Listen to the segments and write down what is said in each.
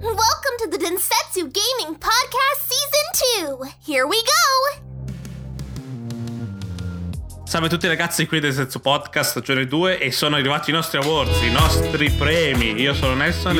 Welcome to the Densetsu Gaming Podcast Season 2. Here we go. Salve a tutti ragazzi, qui del Densetsu Podcast stagione 2 e sono arrivati i nostri awards, i nostri premi. Io sono Nelson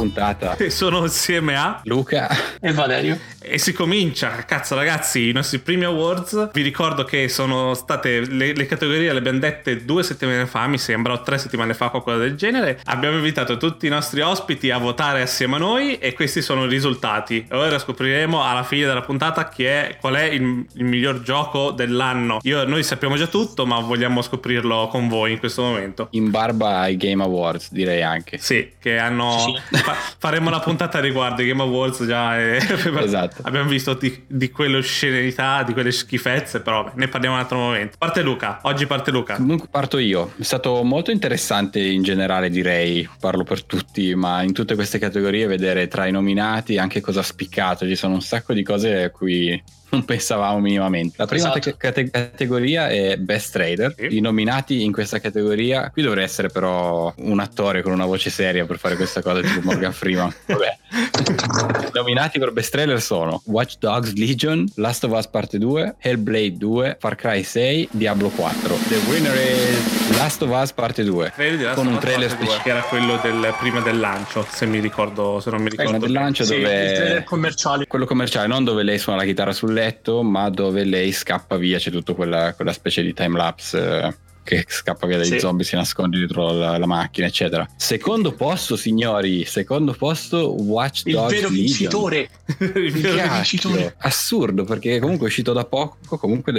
e sono insieme a Luca e Valerio. E si comincia, cazzo ragazzi, i nostri primi awards. Vi ricordo che sono state le categorie, le abbiamo dette 2 settimane fa, mi sembra, o 3 settimane fa, qualcosa del genere. Abbiamo invitato tutti i nostri ospiti a votare assieme a noi e questi sono i risultati. Ora scopriremo alla fine della puntata qual è il miglior gioco dell'anno. Noi sappiamo già tutto, ma vogliamo scoprirlo con voi in questo momento. In barba ai Game Awards, direi anche. Sì, che hanno... Sì. Faremo la puntata riguardo i Game Awards già. Esatto. Abbiamo visto di quelle oscenità, di quelle schifezze, però ne parliamo un altro momento. Parte Luca, oggi parte Luca. Comunque parto io. È stato molto interessante in generale, direi, parlo per tutti, ma in tutte queste categorie vedere tra i nominati anche cosa ha spiccato. Ci sono un sacco di cose a cui non pensavamo minimamente. La prima categoria è Best Trailer. I nominati in questa categoria, qui dovrei essere però un attore con una voce seria per fare questa cosa, tipo Morgan Freeman. Vabbè. Nominati per Best Trailer sono Watch Dogs Legion, Last of Us Parte 2, Hellblade 2, Far Cry 6, Diablo 4. The winner is Last of Us Parte 2. Con un trailer specifico che era quello prima del lancio, se non mi ricordo. Prima del lancio, sì, dove il trailer commerciale. Quello commerciale, non dove lei suona la chitarra sul letto, ma dove lei scappa via, c'è tutta quella specie di timelapse che scappa via dai zombie, si nasconde dietro la macchina, eccetera. Secondo posto, signori, Watch Dogs il vero Legion. Vincitore. Il vero vincitore. Assurdo, perché comunque è uscito da poco, comunque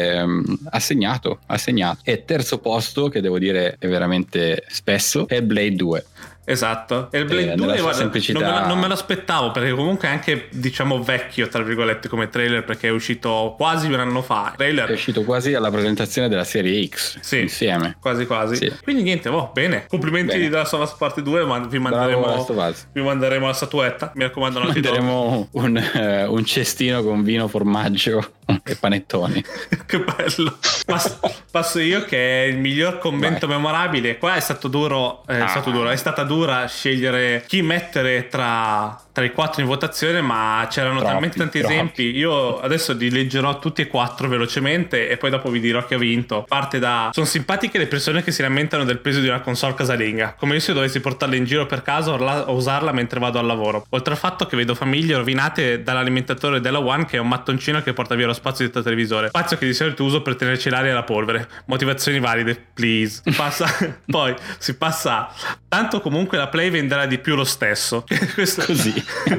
ha segnato. E terzo posto, che devo dire è veramente spesso, è Blade 2. Esatto, e il Blade 2 guarda, non me lo aspettavo, perché comunque è anche, diciamo, vecchio tra virgolette come trailer, perché è uscito quasi un anno fa. È uscito quasi alla presentazione della serie X, sì, insieme quasi sì. Quindi niente, bene, complimenti di Last of Us Parte 2, ma vi manderemo la statuetta, mi raccomando. Manderemo un cestino con vino, formaggio e panettoni. Che bello. Passo io, che è il miglior commento memorabile. Qua è stato duro, è stata dura scegliere chi mettere tra i 4 in votazione, ma c'erano talmente tanti esempi. Io adesso li leggerò tutti e 4 velocemente e poi dopo vi dirò chi ha vinto. Parte da: sono simpatiche le persone che si lamentano del peso di una console casalinga, come io se dovessi portarla in giro per casa o usarla mentre vado al lavoro. Oltre al fatto che vedo famiglie rovinate dall'alimentatore della One, che è un mattoncino che porta via lo spazio dietro il televisore, spazio che di solito uso per tenerci l'aria e la polvere. Motivazioni valide, please. Poi si passa: tanto comunque la Play venderà di più lo stesso. Questo così.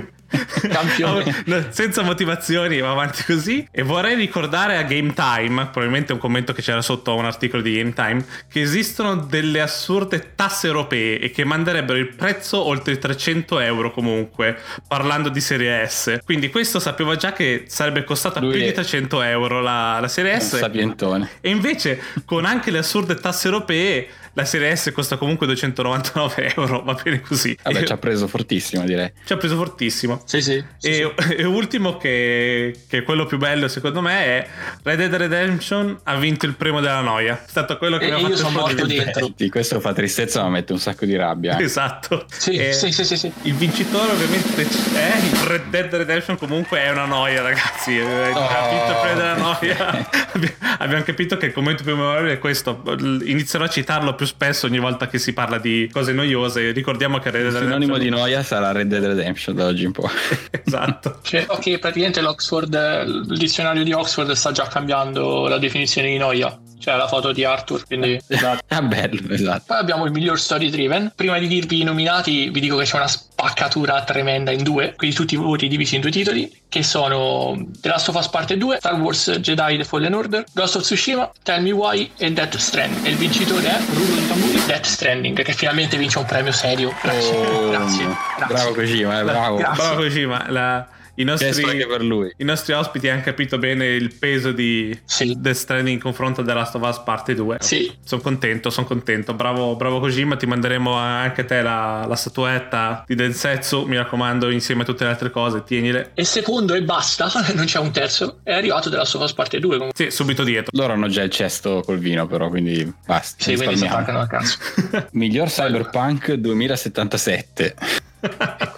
Campione. Senza motivazioni, va avanti così. E vorrei ricordare a Game Time, probabilmente un commento che c'era sotto a un articolo di Game Time, che esistono delle assurde tasse europee e che manderebbero il prezzo oltre i 300 euro comunque, parlando di serie S. Quindi questo sapeva già che sarebbe costata più di 300 euro la serie S. Sapientone. E invece con anche le assurde tasse europee la serie S costa comunque 299 euro, va bene così. Vabbè, ci ha preso fortissimo, direi. Ci ha preso fortissimo. Sì. E ultimo, che è quello più bello secondo me, è Red Dead Redemption ha vinto il premio della noia. È stato quello che mi ha fatto. Io sono morto dentro. Questo fa tristezza, ma mette un sacco di rabbia. Esatto. Sì. Il vincitore ovviamente è il Red Dead Redemption. Comunque è una noia, ragazzi. Ha vinto il premio della noia. Abbiamo capito che il commento più memorabile è questo. Inizierò a citarlo più spesso ogni volta che si parla di cose noiose. Ricordiamo che Red Dead Redemption, il sinonimo di noia sarà Red Dead Redemption da oggi in poi. Esatto. Ok, praticamente il dizionario di Oxford sta già cambiando la definizione di noia. Cioè la foto di Arthur, quindi esatto. Bello, esatto. Poi abbiamo il miglior story driven. Prima di dirvi i nominati vi dico che c'è una spaccatura tremenda in 2, quindi tutti i voti divisi in 2 titoli, che sono The Last of Us Parte 2, Star Wars Jedi The Fallen Order, Ghost of Tsushima, Tell Me Why e Death Stranding. E il vincitore è, rullo di tamburi, Death Stranding, che finalmente vince un premio serio. Grazie. Bravo Kojima, bravo. Bravo Kojima. I nostri ospiti hanno capito bene il peso di Death Stranding in confronto a The Last of Us Parte 2. Sì. Sono contento. Bravo Kojima, ti manderemo anche a te la statuetta di Densetsu, mi raccomando, insieme a tutte le altre cose, tienile. E secondo e basta, non c'è un terzo, è arrivato The Last of Us Parte 2 comunque. Sì, subito dietro. Loro hanno già il cesto col vino, però, quindi basta. Sì, quindi si attaccano a cazzo. Miglior Cyberpunk 2077. E qui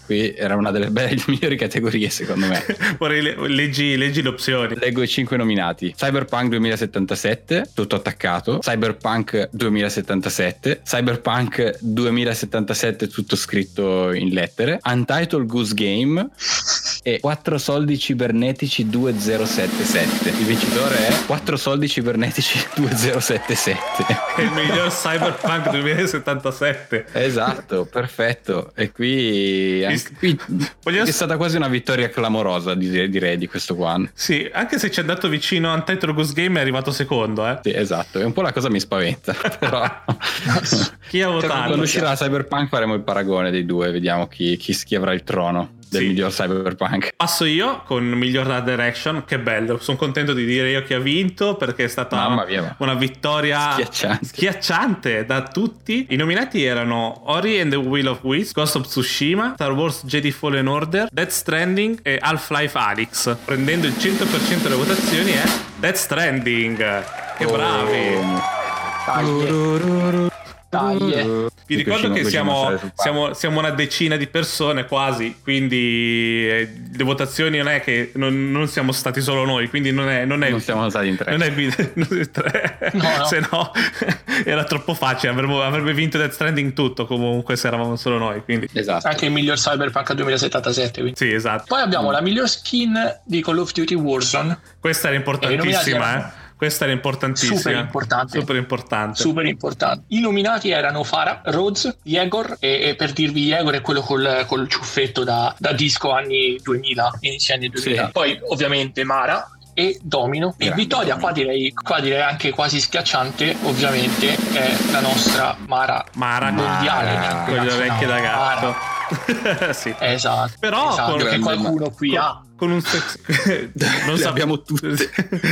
qui era una delle migliori categorie secondo me. Leggi le opzioni. Leggo i 5 nominati: Cyberpunk 2077 tutto attaccato, Cyberpunk 2077, Cyberpunk 2077 tutto scritto in lettere, Untitled Goose Game e 4 soldi cibernetici 2077. Il vincitore è 4 soldi cibernetici 2077. È il miglior Cyberpunk 2077. Esatto, perfetto. E qui è stata quasi una vittoria clamorosa, direi, di questo qua. Sì, anche se ci è andato vicino a Untitled Goose Game, è arrivato secondo. Sì, esatto. È un po' la cosa mi spaventa. Però chi ha votato? Quando uscirà Cyberpunk faremo il paragone dei due, vediamo chi avrà il trono del miglior Cyberpunk. Passo io con miglior Art Direction. Che bello, sono contento di dire io chi ha vinto, perché è stata una vittoria schiacciante da tutti. I nominati erano Ori and the Will of Wisps, Ghost of Tsushima, Star Wars Jedi Fallen Order, Death Stranding e Half-Life Alyx. Prendendo il 100% delle votazioni è Death Stranding. Che bravi. Vi ricordo che siamo una decina di persone quasi, quindi le votazioni non è che non siamo stati solo noi, quindi non siamo stati in tre. Non è tre. No. Se no era troppo facile, avrebbe vinto Death Stranding tutto comunque se eravamo solo noi, quindi. Esatto. Anche il miglior Cyberpunk 2077, quindi. Sì, esatto. Poi abbiamo la miglior skin di Call of Duty Warzone. Questa era importantissima, Questa era importantissima. Super importante. I nominati erano Farah, Rhodes, Yegor e per dirvi Yegor è quello col ciuffetto da disco anni 2000, inizi anni 2000. Sì. Poi ovviamente Mara e Domino. E vittoria qua direi anche quasi schiacciante, ovviamente è la nostra Mara mondiale, con le orecchie da gatto. Sì. Esatto. Però che qualcuno qui ha con un non sappiamo tutte.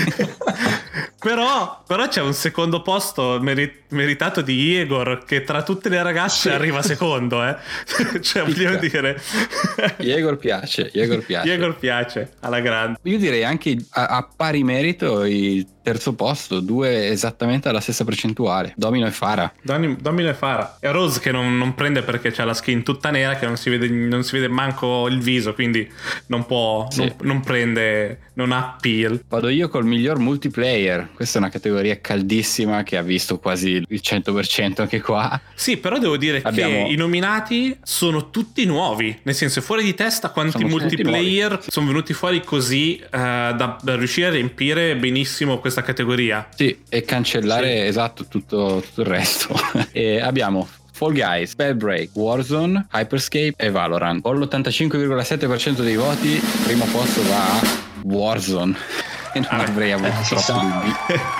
Però c'è un secondo posto meritato di Yegor, che tra tutte le ragazze arriva secondo, cioè voglio dire. Yegor piace alla grande. Io direi anche a pari merito il terzo posto, 2 esattamente alla stessa percentuale, Domino e Farah. Domino e Farah. E Rose che non prende perché c'ha la skin tutta nera, che non si vede manco il viso, quindi non può, non prende, non ha appeal. Vado io col miglior multiplayer. Questa è una categoria caldissima che ha visto quasi il 100% anche qua. Sì, però devo dire che i nominati sono tutti nuovi, nel senso, fuori di testa quanti multiplayer sono venuti fuori così da riuscire a riempire benissimo questa categoria. Sì, e cancellare esatto tutto il resto. E abbiamo Fall Guys, Spellbreak, Warzone, Hyperscape e Valorant. Con l'85,7% dei voti, primo posto va a Warzone. E non avrei avuto troppo dubbi.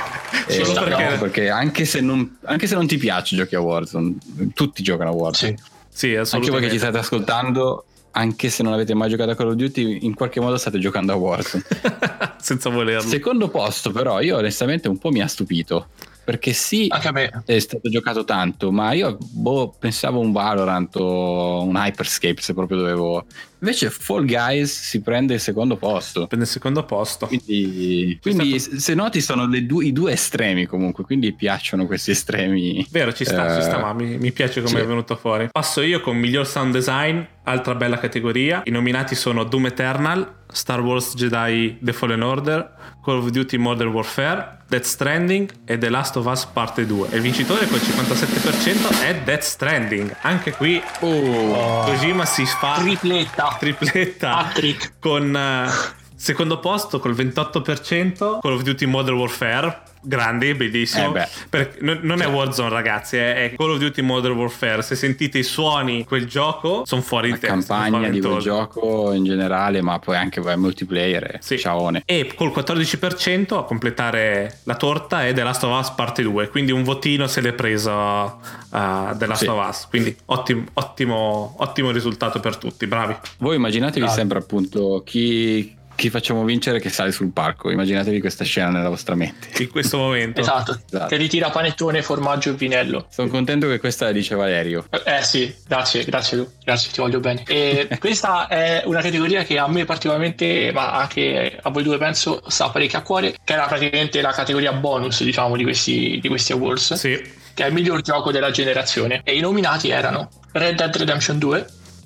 Perché anche se non ti piace giochi a Warzone, tutti giocano a Warzone. Sì, assolutamente. Anche voi che ci state ascoltando, anche se non avete mai giocato a Call of Duty, in qualche modo state giocando a Warzone. Senza volerlo. Secondo posto però, io onestamente un po' mi ha stupito, perché sì, anche a me è stato giocato tanto, ma io pensavo un Valorant o un Hyperscape, se proprio dovevo. Invece Fall Guys si prende il secondo posto. Quindi se noti sono i due estremi comunque, quindi piacciono questi estremi. Vero, ci sta, ma mi piace come è venuto fuori. Passo io con miglior sound design, altra bella categoria. I nominati sono Doom Eternal, Star Wars Jedi The Fallen Order, Call of Duty Modern Warfare, Death Stranding e The Last of Us Parte 2. E il vincitore col 57% è Death Stranding. Anche qui Kojima si fa tripletta Patrick. Con secondo posto col 28% Call of Duty Modern Warfare. Grandi, bellissimo. Non è Warzone, ragazzi, è Call of Duty Modern Warfare. Se sentite i suoni quel gioco, sono fuori di testa. La campagna di quel gioco in generale, ma poi anche multiplayer. Ciaone. E col 14% a completare la torta è The Last of Us Parte 2. Quindi un votino se l'è preso The Last of Us. Quindi ottimo risultato per tutti, bravi. Voi immaginatevi sempre appunto chi facciamo vincere che sale sul palco. Immaginatevi questa scena nella vostra mente in questo momento. Esatto. Che ritira panettone, formaggio e vinello. Sono contento che questa la dice Valerio. Sì, grazie Lu, grazie, ti voglio bene. E questa è una categoria che a me particolarmente, ma anche a voi due penso, sta parecchio a cuore, che era praticamente la categoria bonus, diciamo, di questi awards, che è il miglior gioco della generazione. E i nominati erano Red Dead Redemption 2,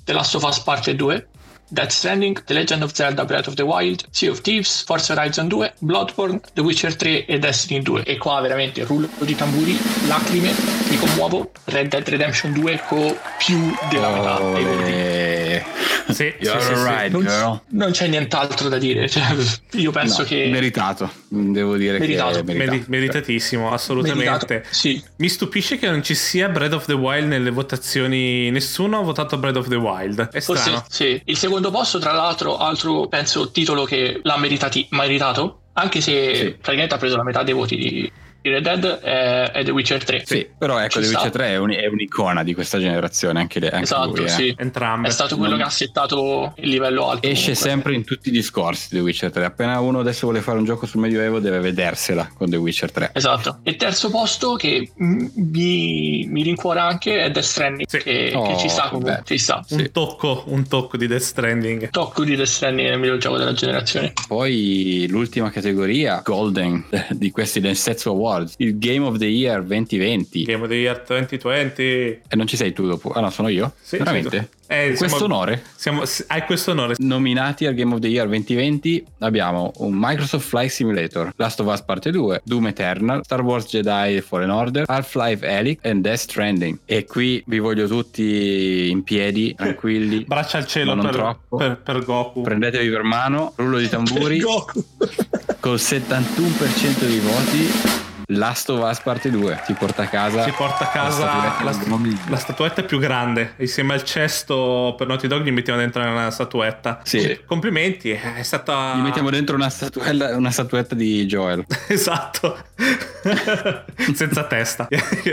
The Last of Us Parte 2, Death Stranding, The Legend of Zelda Breath of the Wild, Sea of Thieves, Forza Horizon 2, Bloodborne, The Witcher 3 e Destiny 2. E qua veramente rullo di tamburi, lacrime, mi commuovo. Red Dead Redemption 2 con più della metà dei voti. Sì, right, girl. Non c'è nient'altro da dire, cioè, io penso che meritato, devo dire meritato. che è meritato. Meritatissimo, assolutamente. Meritato, sì. Mi stupisce che non ci sia Breath of the Wild nelle votazioni. Nessuno ha votato Breath of the Wild. È Forse strano. sì. Il secondo posto, tra l'altro, altro penso titolo che l'ha meritato, anche se praticamente ha preso la metà dei voti di Red Dead, è The Witcher 3. Sì, però ecco, The Witcher 3 è un'icona di questa generazione, anche esatto, lui, sì. Entrambe. È stato quello che ha settato il livello alto. Esce comunque sempre in tutti i discorsi The Witcher 3. Appena uno adesso vuole fare un gioco sul Medioevo deve vedersela con The Witcher 3. Esatto. E terzo posto che mi rincuora anche è Death Stranding, che ci sta comunque. Ci sta. Un tocco di Death Stranding. Tocco di Death Stranding è il miglior gioco della generazione. Poi l'ultima categoria, Golden, di questi Densetsu Awards, il Game of the Year 2020. Game of the Year 2020. E non ci sei tu dopo? Ah no, sono io? Sì, veramente? Questo onore? Hai questo onore. Nominati al Game of the Year 2020 abbiamo un Microsoft Flight Simulator, Last of Us Parte 2, Doom Eternal, Star Wars Jedi Fallen Order, Half-Life Alyx e Death Stranding. E qui vi voglio tutti in piedi, tranquilli. Braccia al cielo per Goku. Prendetevi per mano, rullo di tamburi. Col 71% dei voti Last of Us Parte 2 si porta a casa la statuetta più grande. Insieme al cesto per Naughty Dog gli mettiamo dentro una statuetta. Sì. Complimenti, è stata. Gli mettiamo dentro una statuetta di Joel. Esatto. Senza testa.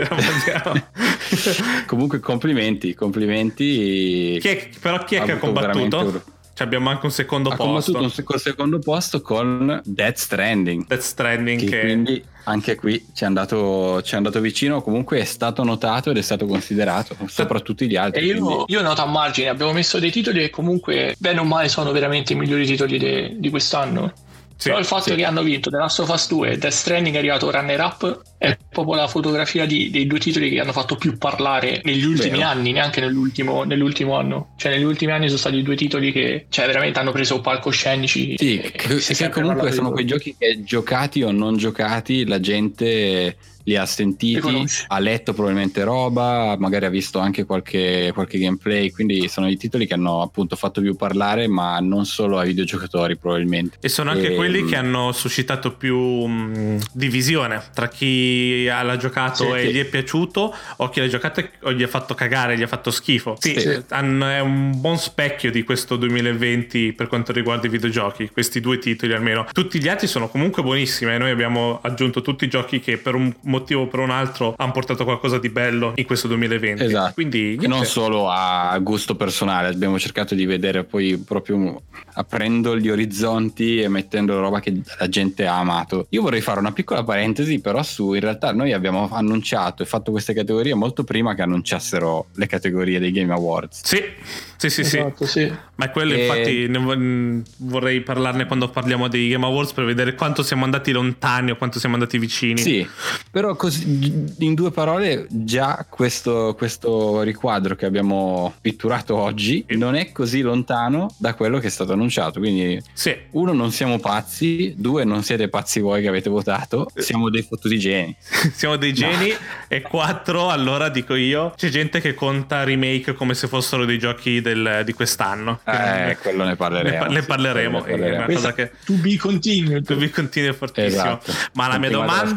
Comunque complimenti. Chi è che ha combattuto? Abbiamo anche un secondo posto. Un secondo posto con Death Stranding. Che quindi anche qui ci è andato vicino. Comunque è stato notato ed è stato considerato sopra tutti gli altri. E io noto a margine, abbiamo messo dei titoli che comunque bene o male sono veramente i migliori titoli di quest'anno. Sì, però il fatto che hanno vinto The Last of Us 2 e Death Stranding è arrivato runner up è proprio la fotografia dei due titoli che hanno fatto più parlare negli ultimi anni, neanche nell'ultimo anno. Cioè negli ultimi anni sono stati due titoli che veramente hanno preso palcoscenici. Sì, che comunque sono quei giochi che giocati o non giocati la gente li ha sentiti, ha letto probabilmente roba, magari ha visto anche qualche gameplay, quindi sono i titoli che hanno appunto fatto più parlare, ma non solo ai videogiocatori probabilmente. E sono anche quelli che hanno suscitato più divisione tra chi l'ha giocato e gli è piaciuto o chi l'ha giocato o gli ha fatto cagare, gli ha fatto schifo. È un buon specchio di questo 2020 per quanto riguarda i videogiochi, questi due titoli almeno. Tutti gli altri sono comunque buonissimi, noi abbiamo aggiunto tutti i giochi che per un motivo o per un altro hanno portato qualcosa di bello in questo 2020. Esatto. Quindi non solo a gusto personale, abbiamo cercato di vedere poi proprio aprendo gli orizzonti e mettendo roba che la gente ha amato. Io vorrei fare una piccola parentesi però in realtà noi abbiamo annunciato e fatto queste categorie molto prima che annunciassero le categorie dei Game Awards. Sì. Esatto, sì. Ma quello infatti vorrei parlarne quando parliamo dei Game Awards per vedere quanto siamo andati lontani o quanto siamo andati vicini. Sì, però così, in due parole, già questo riquadro che abbiamo pitturato oggi non è così lontano da quello che è stato annunciato. Quindi uno, non siamo pazzi, due, non siete pazzi voi che avete votato, siamo dei fottuti geni. Siamo dei geni. E quattro, allora dico io, c'è gente che conta remake come se fossero dei giochi di quest'anno. Quello ne parleremo. Ne parleremo. È una cosa che to be continued è fortissimo. Esatto. Ma la mia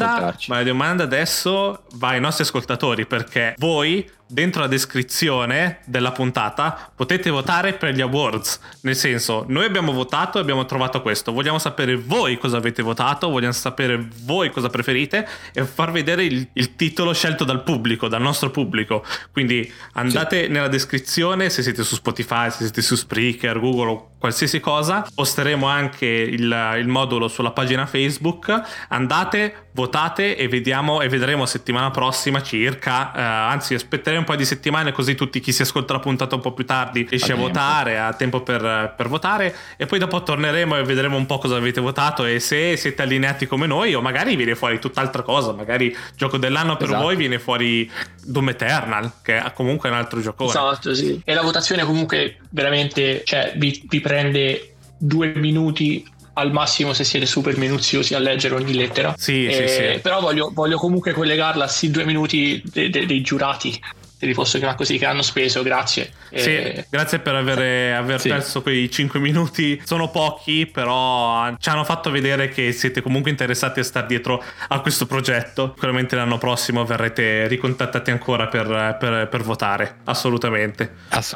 domanda adesso va ai nostri ascoltatori, perché voi dentro la descrizione della puntata potete votare per gli awards, nel senso, noi abbiamo votato e abbiamo trovato questo, vogliamo sapere voi cosa avete votato, vogliamo sapere voi cosa preferite e far vedere il titolo scelto dal pubblico, dal nostro pubblico. Quindi andate nella descrizione, se siete su Spotify, se siete su Spreaker, Google o qualsiasi cosa, posteremo anche il modulo sulla pagina Facebook, andate, votate e vedremo settimana prossima circa, anzi aspetterei un po' di settimane così tutti chi si ascolta la puntata un po' più tardi riesce a votare, ha tempo per votare, e poi dopo torneremo e vedremo un po' cosa avete votato e se siete allineati come noi, o magari viene fuori tutt'altra cosa, magari gioco dell'anno per voi viene fuori Doom Eternal, che è comunque un altro giocone. Esatto, sì. E la votazione comunque veramente, cioè vi prende 2 minuti al massimo se siete super minuziosi a leggere ogni lettera. Sì. Però voglio comunque collegarla a sti 2 minuti dei giurati, se li posso chiamare così, che hanno speso. Grazie. Sì, grazie per aver perso quei 5 minuti. Sono pochi, però ci hanno fatto vedere che siete comunque interessati a stare dietro a questo progetto. Sicuramente l'anno prossimo verrete ricontattati ancora per votare. Assolutamente,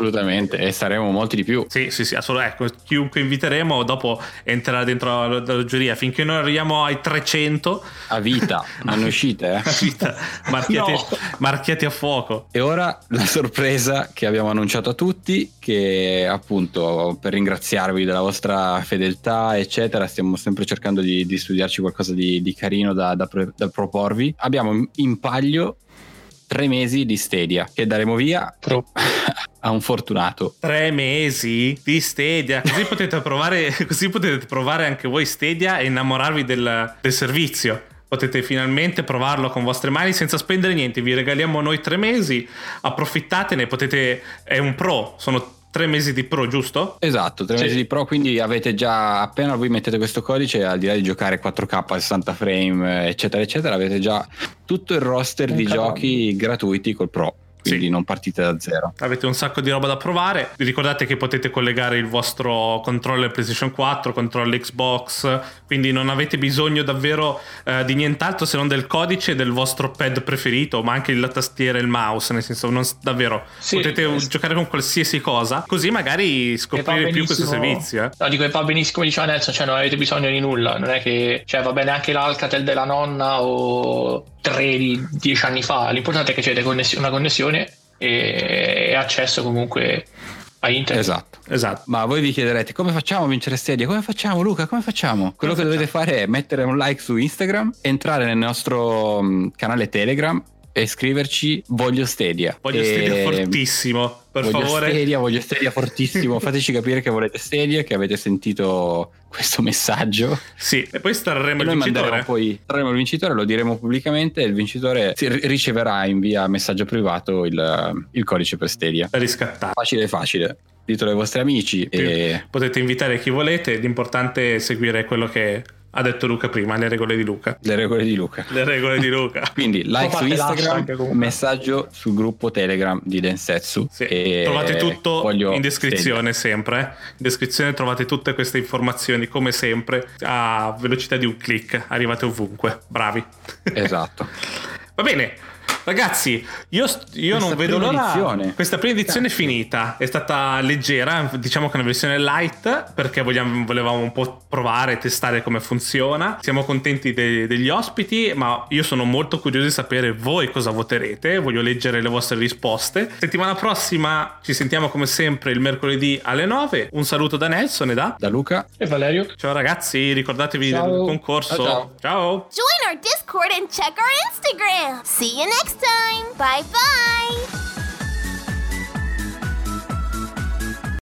e saremo molti di più. Sì, ecco, chiunque inviteremo dopo entrerà dentro la giuria finché non arriviamo ai 300 a vita. Non ne uscite, a vita, marchiati a fuoco. E ora la sorpresa che abbiamo annunciato a tutti, che appunto per ringraziarvi della vostra fedeltà eccetera, stiamo sempre cercando di studiarci qualcosa di carino da proporvi. Abbiamo in palio 3 mesi di Stadia che daremo via a un fortunato. 3 mesi di Stadia, così potete provare anche voi Stadia e innamorarvi del servizio. Potete finalmente provarlo con vostre mani senza spendere niente. Vi regaliamo noi 3 mesi, approfittatene. È un pro, sono 3 mesi di pro, giusto? Esatto, 3 mesi di pro, quindi avete già, appena voi mettete questo codice, al di là di giocare 4K 60 frame eccetera eccetera, avete già tutto il roster di giochi gratuiti col pro. Quindi non partite da zero. Avete un sacco di roba da provare. Vi ricordate che potete collegare il vostro controller PlayStation 4, controller Xbox, quindi non avete bisogno davvero di nient'altro se non del codice del vostro pad preferito, ma anche la tastiera e il mouse, nel senso potete giocare con qualsiasi cosa, così magari scoprire più questo servizio. No, dico, va benissimo, diceva Nelson, cioè non avete bisogno di nulla, non è che, cioè va bene anche l'Alcatel della nonna o 3 di 10 anni fa, l'importante è che c'è una connessione e accesso comunque a internet. Esatto. Ma voi vi chiederete come facciamo a vincere Stadia? Come facciamo, Luca? Come facciamo? Quello che dovete fare è mettere un like su Instagram, entrare nel nostro canale Telegram e scriverci voglio Stadia. Stadia fortissimo, per favore. Voglio Stadia fortissimo. Fateci capire che volete Stadia, che avete sentito questo messaggio. Sì, e poi trarremo il vincitore. Poi trarremo il vincitore, lo diremo pubblicamente e il vincitore riceverà in via messaggio privato il codice per Stadia. Riscattato. Facile. Ditelo ai vostri amici. E potete invitare chi volete, l'importante è seguire quello che ha detto Luca prima, le regole di Luca. Quindi like su Instagram, messaggio sul gruppo Telegram di Densetsu. Trovate tutto in descrizione sempre. In descrizione trovate tutte queste informazioni come sempre a velocità di un click, arrivate ovunque. Bravi. Esatto. Va bene. Ragazzi, io non vedo l'ora. Questa prima edizione è finita. È stata leggera, diciamo che è una versione light, perché volevamo un po' provare, testare come funziona. Siamo contenti degli ospiti, ma io sono molto curioso di sapere voi cosa voterete. Voglio leggere le vostre risposte. Settimana prossima ci sentiamo come sempre il mercoledì alle 9. Un saluto da Nelson e da Luca e Valerio. Ciao ragazzi, ricordatevi del concorso. Ciao. Join our Discord and check our Instagram. See you next time. Bye bye.